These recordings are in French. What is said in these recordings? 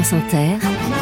France Inter,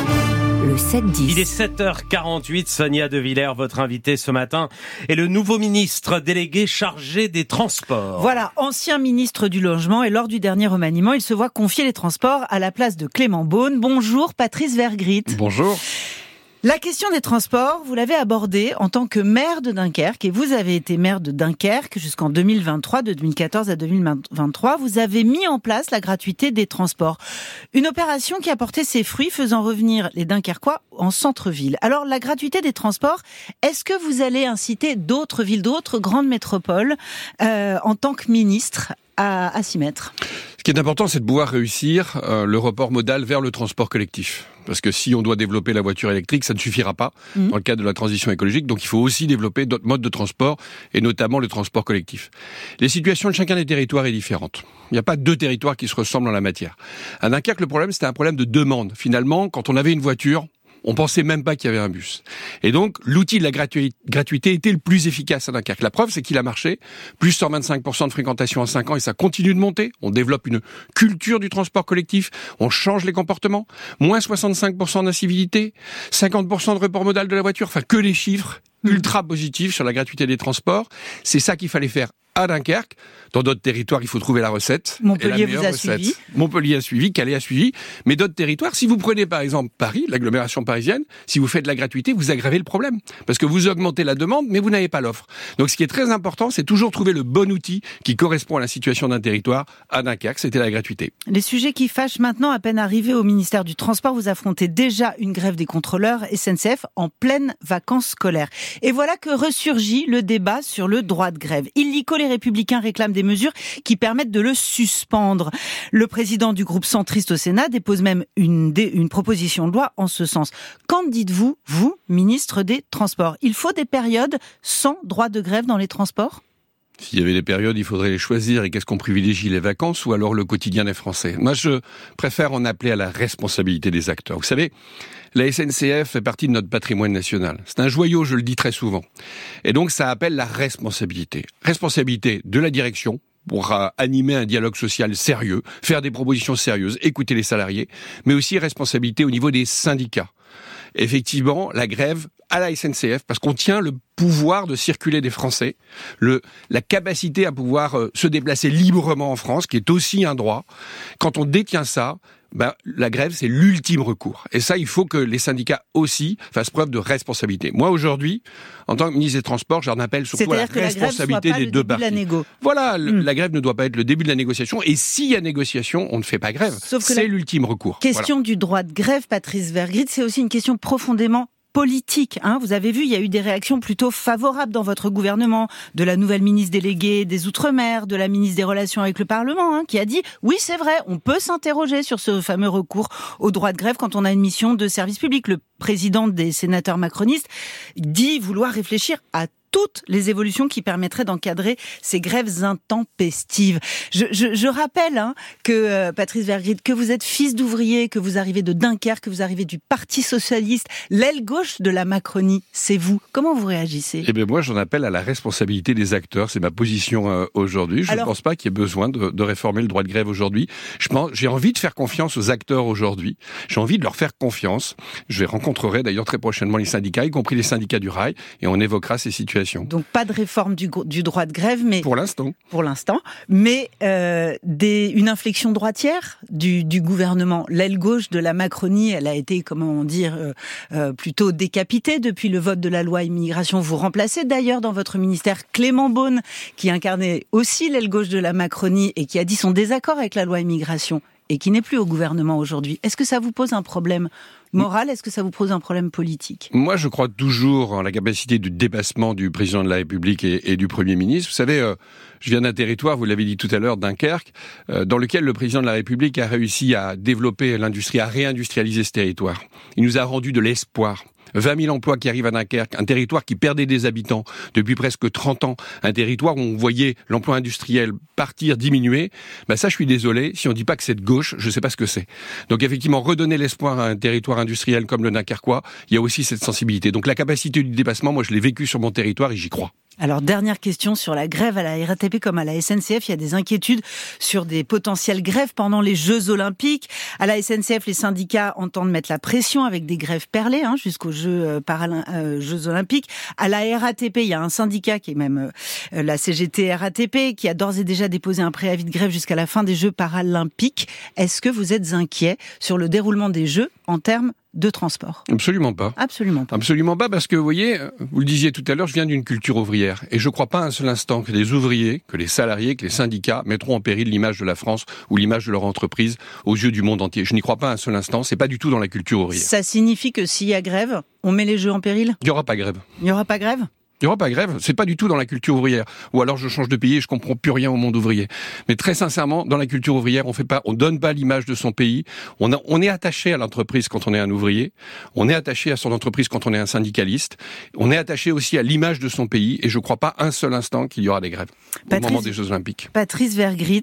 le 7-10. Il est 7h48, Sonia De Villers, votre invitée ce matin, est le nouveau ministre délégué chargé des Transports. Voilà, ancien ministre du Logement, et lors du dernier remaniement, il se voit confier les transports à la place de Clément Beaune. Bonjour Patrice Vergrit. Bonjour. La question des transports, vous l'avez abordée en tant que maire de Dunkerque, et vous avez été maire de Dunkerque jusqu'en 2023, de 2014 à 2023. Vous avez mis en place la gratuité des transports. Une opération qui a porté ses fruits, faisant revenir les Dunkerquois en centre-ville. Alors, la gratuité des transports, est-ce que vous allez inciter d'autres villes, d'autres grandes métropoles, en tant que ministre, à s'y mettre ? Ce qui est important, c'est de pouvoir réussir le report modal vers le transport collectif. Parce que si on doit développer la voiture électrique, ça ne suffira pas dans le cadre de la transition écologique. Donc il faut aussi développer d'autres modes de transport, et notamment le transport collectif. Les situations de chacun des territoires est différente. Il n'y a pas deux territoires qui se ressemblent en la matière. À Dunkerque, le problème, c'était un problème de demande. Finalement, quand on avait une voiture, on pensait même pas qu'il y avait un bus. Et donc, l'outil de la gratuité était le plus efficace à Dunkerque. La preuve, c'est qu'il a marché. Plus 125% de fréquentation en 5 ans, et ça continue de monter. On développe une culture du transport collectif. On change les comportements. Moins 65% d'incivilité. 50% de report modal de la voiture. Enfin, que les chiffres ultra positifs sur la gratuité des transports. C'est ça qu'il fallait faire à Dunkerque. Dans d'autres territoires, il faut trouver la recette. Montpellier vous a suivi. Montpellier a suivi, Calais a suivi. Mais d'autres territoires, si vous prenez par exemple Paris, l'agglomération parisienne, si vous faites de la gratuité, vous aggravez le problème. Parce que vous augmentez la demande, mais vous n'avez pas l'offre. Donc ce qui est très important, c'est toujours trouver le bon outil qui correspond à la situation d'un territoire. À Dunkerque, c'était la gratuité. Les sujets qui fâchent maintenant, à peine arrivés au ministère du Transport, vous affrontez déjà une grève des contrôleurs SNCF en pleine vacances scolaires. Et voilà que ressurgit le débat sur le droit de grève. Illico, les Républicains réclament des mesures qui permettent de le suspendre. Le président du groupe centriste au Sénat dépose même une proposition de loi en ce sens. Qu'en dites-vous, vous, ministre des Transports ? Il faut des périodes sans droit de grève dans les transports ? S'il y avait des périodes, il faudrait les choisir. Et qu'est-ce qu'on privilégie, les vacances ou alors le quotidien des Français ? Moi, je préfère en appeler à la responsabilité des acteurs. Vous savez, la SNCF fait partie de notre patrimoine national. C'est un joyau, je le dis très souvent. Et donc, ça appelle la responsabilité. Responsabilité de la direction pour animer un dialogue social sérieux, faire des propositions sérieuses, écouter les salariés, mais aussi responsabilité au niveau des syndicats. Effectivement, la grève à la SNCF, parce qu'on tient le pouvoir de circuler des Français, la capacité à pouvoir se déplacer librement en France, qui est aussi un droit. Quand on détient ça, la grève, c'est l'ultime recours. Et ça, il faut que les syndicats aussi fassent preuve de responsabilité. Moi, aujourd'hui, en tant que ministre des Transports, j'en appelle surtout à la responsabilité des deux parties. Voilà, la grève ne doit pas être le début de la négociation. Et s'il y a négociation, on ne fait pas grève. C'est l'ultime recours. Question du droit de grève, Patrice Vergrit, c'est aussi une question profondément politique. Vous avez vu, il y a eu des réactions plutôt favorables dans votre gouvernement, de la nouvelle ministre déléguée des Outre-mer, de la ministre des Relations avec le Parlement, qui a dit « Oui, c'est vrai, on peut s'interroger sur ce fameux recours au droit de grève quand on a une mission de service public ». Le président des sénateurs macronistes dit vouloir réfléchir à toutes les évolutions qui permettraient d'encadrer ces grèves intempestives. Je rappelle que, Patrice Vergrit, que vous êtes fils d'ouvrier, que vous arrivez de Dunkerque, que vous arrivez du Parti Socialiste, l'aile gauche de la Macronie, c'est vous. Comment vous réagissez ? Eh bien moi, j'en appelle à la responsabilité des acteurs. C'est ma position aujourd'hui. Je ne pense pas qu'il y ait besoin de réformer le droit de grève aujourd'hui. J'ai envie de faire confiance aux acteurs aujourd'hui. J'ai envie de leur faire confiance. Je rencontrerai d'ailleurs très prochainement les syndicats, y compris les syndicats du rail, et on évoquera ces situations. Donc pas de réforme du droit de grève, mais pour l'instant, mais une inflexion droitière du gouvernement. L'aile gauche de la Macronie, elle a été, plutôt décapitée depuis le vote de la loi immigration. Vous remplacez d'ailleurs dans votre ministère Clément Beaune, qui incarnait aussi l'aile gauche de la Macronie et qui a dit son désaccord avec la loi immigration et qui n'est plus au gouvernement aujourd'hui. Est-ce que ça vous pose un problème moral ? Est-ce que ça vous pose un problème politique ? Moi, je crois toujours en la capacité de dépassement du président de la République et du Premier ministre. Vous savez, je viens d'un territoire, vous l'avez dit tout à l'heure, Dunkerque, dans lequel le président de la République a réussi à développer l'industrie, à réindustrialiser ce territoire. Il nous a rendu de l'espoir. 20 000 emplois qui arrivent à Dunkerque, un territoire qui perdait des habitants depuis presque 30 ans, un territoire où on voyait l'emploi industriel partir, diminuer. Ça, je suis désolé, si on dit pas que c'est de gauche, je sais pas ce que c'est. Donc effectivement, redonner l'espoir à un territoire industriel comme le Dunkerquois, il y a aussi cette sensibilité. Donc la capacité du dépassement, moi je l'ai vécu sur mon territoire et j'y crois. Alors, dernière question sur la grève à la RATP comme à la SNCF. Il y a des inquiétudes sur des potentielles grèves pendant les Jeux Olympiques. À la SNCF, les syndicats entendent mettre la pression avec des grèves perlées jusqu'aux Jeux Olympiques. À la RATP, il y a un syndicat qui est même la CGT RATP qui a d'ores et déjà déposé un préavis de grève jusqu'à la fin des Jeux paralympiques. Est-ce que vous êtes inquiet sur le déroulement des Jeux en termes de transport? Absolument pas. Absolument pas. Absolument pas, parce que vous voyez, vous le disiez tout à l'heure, je viens d'une culture ouvrière. Et je ne crois pas un seul instant que les ouvriers, que les salariés, que les syndicats mettront en péril l'image de la France ou l'image de leur entreprise aux yeux du monde entier. Je n'y crois pas un seul instant, c'est pas du tout dans la culture ouvrière. Ça signifie que s'il y a grève, on met les Jeux en péril? Il n'y aura pas grève. Il n'y aura pas grève? Il n'y aura pas grève, c'est pas du tout dans la culture ouvrière. Ou alors je change de pays et je comprends plus rien au monde ouvrier. Mais très sincèrement, dans la culture ouvrière, on donne pas l'image de son pays. On est attaché à l'entreprise quand on est un ouvrier. On est attaché à son entreprise quand on est un syndicaliste. On est attaché aussi à l'image de son pays. Et je crois pas un seul instant qu'il y aura des grèves au moment des Jeux Olympiques. Patrice Vergrit,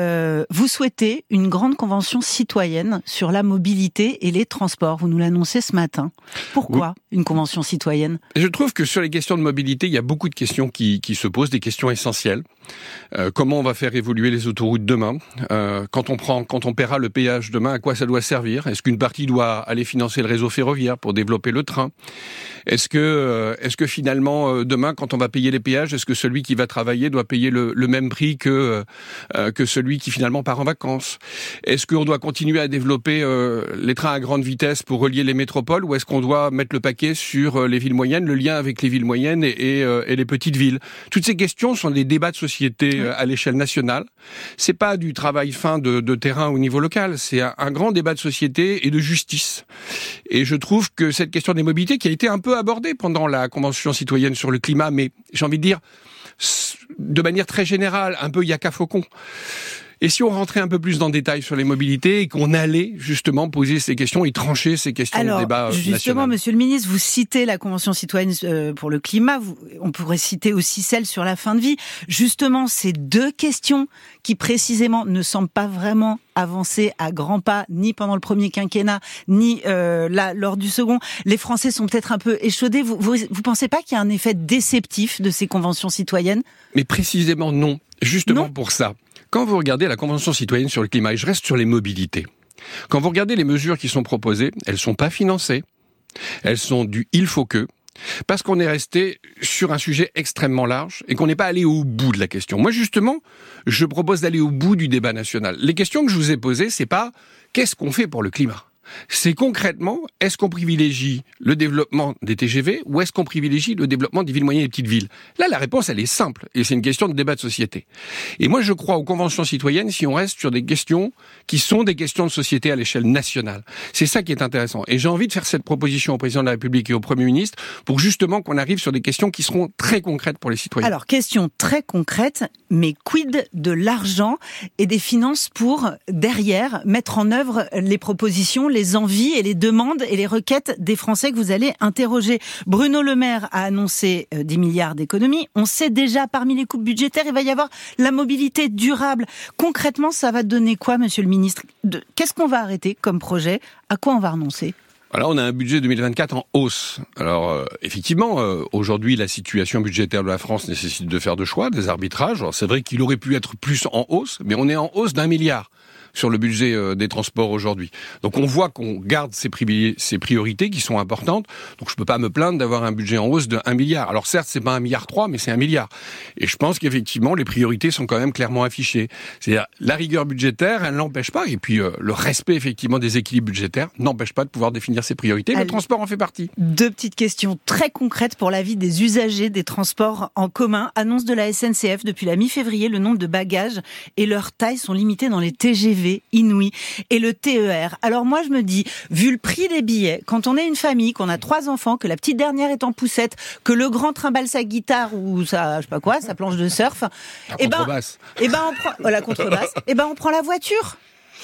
vous souhaitez une grande convention citoyenne sur la mobilité et les transports. Vous nous l'annoncez ce matin. Pourquoi une convention citoyenne? Je trouve que sur les questions de mobilité, il y a beaucoup de questions qui se posent, des questions essentielles. Comment on va faire évoluer les autoroutes demain? Quand on paiera le péage demain, à quoi ça doit servir? Est-ce qu'une partie doit aller financer le réseau ferroviaire pour développer le train? Est-ce que finalement demain, quand on va payer les péages, est-ce que celui qui va travailler doit payer le même prix que celui qui finalement part en vacances? Est-ce qu'on doit continuer à développer les trains à grande vitesse pour relier les métropoles, ou est-ce qu'on doit mettre le paquet sur les villes moyennes, le lien avec les villes moyennes et les petites villes? Toutes ces questions sont des débats de société à l'échelle nationale. C'est pas du travail fin de terrain au niveau local. C'est un grand débat de société et de justice. Et je trouve que cette question des mobilités, qui a été un peu abordée pendant la Convention citoyenne sur le climat, mais j'ai envie de dire de manière très générale, un peu yaka faucon. Et si on rentrait un peu plus dans le détail sur les mobilités et qu'on allait justement poser ces questions et trancher ces questions de débat national. Justement, Monsieur le Ministre, vous citez la Convention citoyenne pour le climat, on pourrait citer aussi celle sur la fin de vie. Justement, ces deux questions qui précisément ne semblent pas vraiment avancer à grands pas, ni pendant le premier quinquennat, ni là lors du second. Les Français sont peut-être un peu échaudés. Vous pensez pas qu'il y a un effet déceptif de ces conventions citoyennes? Mais précisément non. Justement pour ça. Quand vous regardez la Convention citoyenne sur le climat, et je reste sur les mobilités, quand vous regardez les mesures qui sont proposées, elles sont pas financées, elles sont du il faut que, parce qu'on est resté sur un sujet extrêmement large et qu'on n'est pas allé au bout de la question. Moi, justement, je propose d'aller au bout du débat national. Les questions que je vous ai posées, c'est pas qu'est-ce qu'on fait pour le climat? C'est concrètement, est-ce qu'on privilégie le développement des TGV ou est-ce qu'on privilégie le développement des villes moyennes et des petites villes? Là, la réponse, elle est simple et c'est une question de débat de société. Et moi, je crois aux conventions citoyennes si on reste sur des questions qui sont des questions de société à l'échelle nationale. C'est ça qui est intéressant. Et j'ai envie de faire cette proposition au président de la République et au Premier ministre pour justement qu'on arrive sur des questions qui seront très concrètes pour les citoyens. Alors, question très concrète, mais quid de l'argent et des finances pour, derrière, mettre en œuvre les propositions, les envies et les demandes et les requêtes des Français que vous allez interroger? Bruno Le Maire a annoncé 10 milliards d'économies. On sait déjà, parmi les coupes budgétaires, il va y avoir la mobilité durable. Concrètement, ça va donner quoi, Monsieur le Ministre? Qu'est-ce qu'on va arrêter comme projet? À quoi on va renoncer? Alors, on a un budget 2024 en hausse. Alors, effectivement, aujourd'hui, la situation budgétaire de la France nécessite de faire des choix, des arbitrages. Alors, c'est vrai qu'il aurait pu être plus en hausse, mais on est en hausse d'1 milliard sur le budget des transports aujourd'hui. Donc on voit qu'on garde ces priorités qui sont importantes. Donc je peux pas me plaindre d'avoir un budget en hausse de 1 milliard. Alors certes, c'est pas 1,3 milliard, mais c'est 1 milliard. Et je pense qu'effectivement, les priorités sont quand même clairement affichées. C'est-à-dire, la rigueur budgétaire, elle n'empêche pas, et puis le respect effectivement des équilibres budgétaires n'empêche pas de pouvoir définir ses priorités. Le transport en fait partie. Deux petites questions très concrètes pour la vie des usagers des transports en commun. Annonce de la SNCF, depuis la mi-février, le nombre de bagages et leur taille sont limités dans les TGV Inouï et le TER. Alors moi je me dis, vu le prix des billets, quand on est une famille, qu'on a 3 enfants, que la petite dernière est en poussette, que le grand trimballe sa guitare ou sa, je sais pas quoi, sa planche de surf, la contrebasse. On prend la voiture.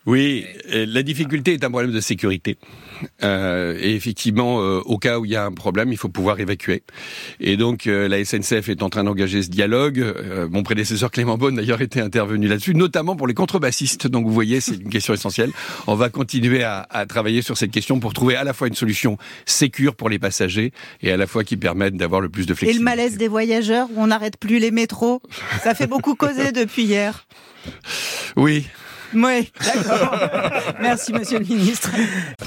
Oui, la difficulté est un problème de sécurité. Et effectivement, au cas où il y a un problème, il faut pouvoir évacuer. Et donc, la SNCF est en train d'engager ce dialogue. Mon prédécesseur Clément Beaune, d'ailleurs, était intervenu là-dessus, notamment pour les contrebassistes. Donc, vous voyez, c'est une question essentielle. On va continuer à travailler sur cette question pour trouver à la fois une solution sécure pour les passagers et à la fois qui permette d'avoir le plus de flexibilité. Et le malaise des voyageurs, où on n'arrête plus les métros, ça fait beaucoup causer depuis hier. Oui. Oui, d'accord. Merci, monsieur le ministre.